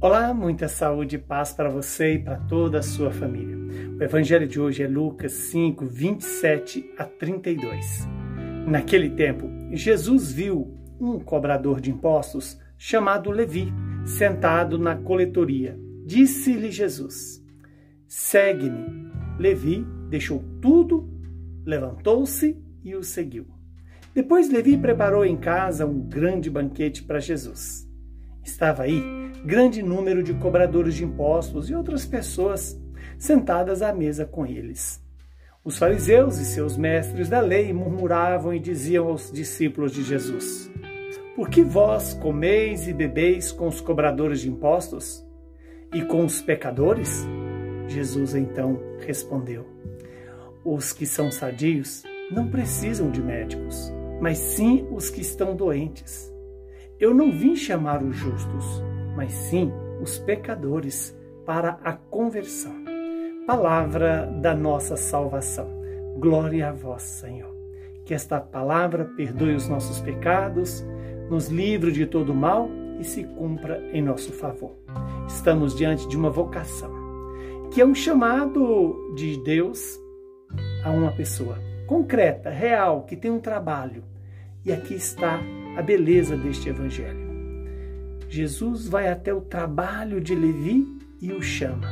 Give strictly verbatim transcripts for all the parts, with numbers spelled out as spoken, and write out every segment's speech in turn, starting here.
Olá, muita saúde e paz para você e para toda a sua família. O evangelho de hoje é Lucas cinco, vinte e sete a trinta e dois. Naquele tempo, Jesus viu um cobrador de impostos chamado Levi, sentado na coletoria. Disse-lhe Jesus: segue-me. Levi deixou tudo, levantou-se e o seguiu. Depois Levi preparou em casa um grande banquete para Jesus. Estava aí grande número de cobradores de impostos e outras pessoas sentadas à mesa com eles. Os fariseus e seus mestres da lei murmuravam e diziam aos discípulos de Jesus: por que vós comeis e bebeis com os cobradores de impostos e com os pecadores? Jesus então respondeu: os que são sadios não precisam de médicos, mas sim os que estão doentes. Eu não vim chamar os justos, mas sim os pecadores para a conversão. Palavra da nossa salvação. Glória a vós, Senhor. Que esta palavra perdoe os nossos pecados, nos livre de todo mal e se cumpra em nosso favor. Estamos diante de uma vocação, que é um chamado de Deus a uma pessoa concreta, real, que tem um trabalho. E aqui está a beleza deste evangelho. Jesus vai até o trabalho de Levi e o chama.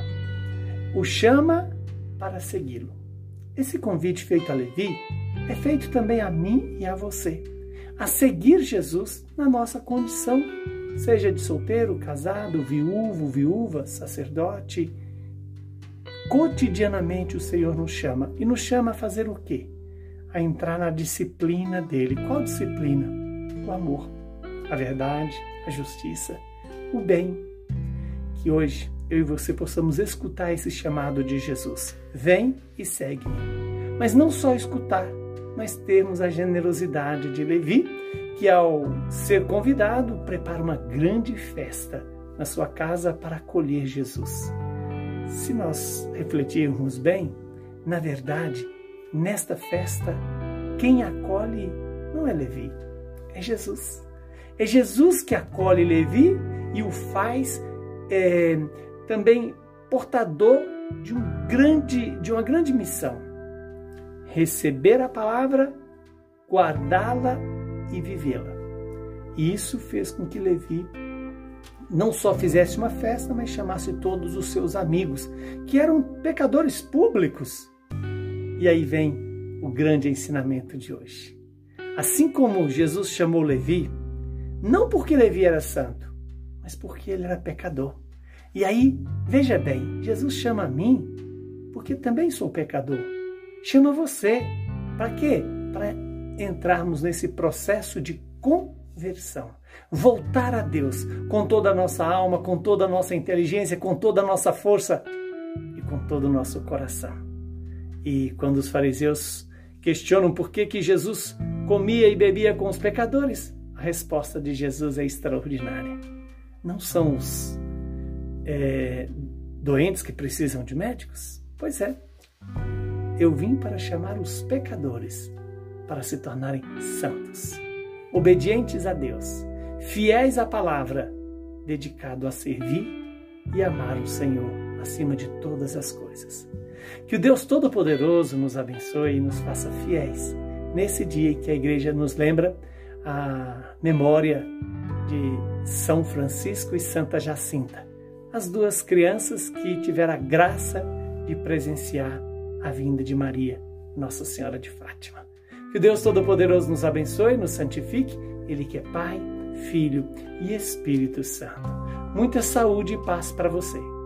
O chama para segui-lo. Esse convite feito a Levi é feito também a mim e a você, a seguir Jesus na nossa condição, seja de solteiro, casado, viúvo, viúva, sacerdote. Cotidianamente o Senhor nos chama. E nos chama a fazer o quê? A entrar na disciplina dele. Qual disciplina? O amor, a verdade, a justiça, o bem. Que hoje eu e você possamos escutar esse chamado de Jesus. Vem e segue-me. Mas não só escutar, mas termos a generosidade de Levi, que ao ser convidado, prepara uma grande festa na sua casa para acolher Jesus. Se nós refletirmos bem, na verdade, nesta festa, quem acolhe não é Levi, é Jesus. É Jesus que acolhe Levi e o faz é, também portador de, um grande, de uma grande missão. Receber a palavra, guardá-la e vivê-la. E isso fez com que Levi não só fizesse uma festa, mas chamasse todos os seus amigos, que eram pecadores públicos. E aí vem o grande ensinamento de hoje. Assim como Jesus chamou Levi, não porque Levi era santo, mas porque ele era pecador. E aí, veja bem, Jesus chama a mim porque também sou pecador. Chama você. Para quê? Para entrarmos nesse processo de conversão. Voltar a Deus com toda a nossa alma, com toda a nossa inteligência, com toda a nossa força e com todo o nosso coração. E quando os fariseus questionam por que, que Jesus comia e bebia com os pecadores, a resposta de Jesus é extraordinária. Não são os é, doentes que precisam de médicos? Pois é. Eu vim para chamar os pecadores para se tornarem santos, obedientes a Deus, fiéis à palavra, dedicados a servir e amar o Senhor acima de todas as coisas. Que o Deus Todo-Poderoso nos abençoe e nos faça fiéis nesse dia em que a igreja nos lembra a memória de São Francisco e Santa Jacinta, as duas crianças que tiveram a graça de presenciar a vinda de Maria, Nossa Senhora de Fátima. Que o Deus Todo-Poderoso nos abençoe, nos santifique, Ele que é Pai, Filho e Espírito Santo. Muita saúde e paz para você.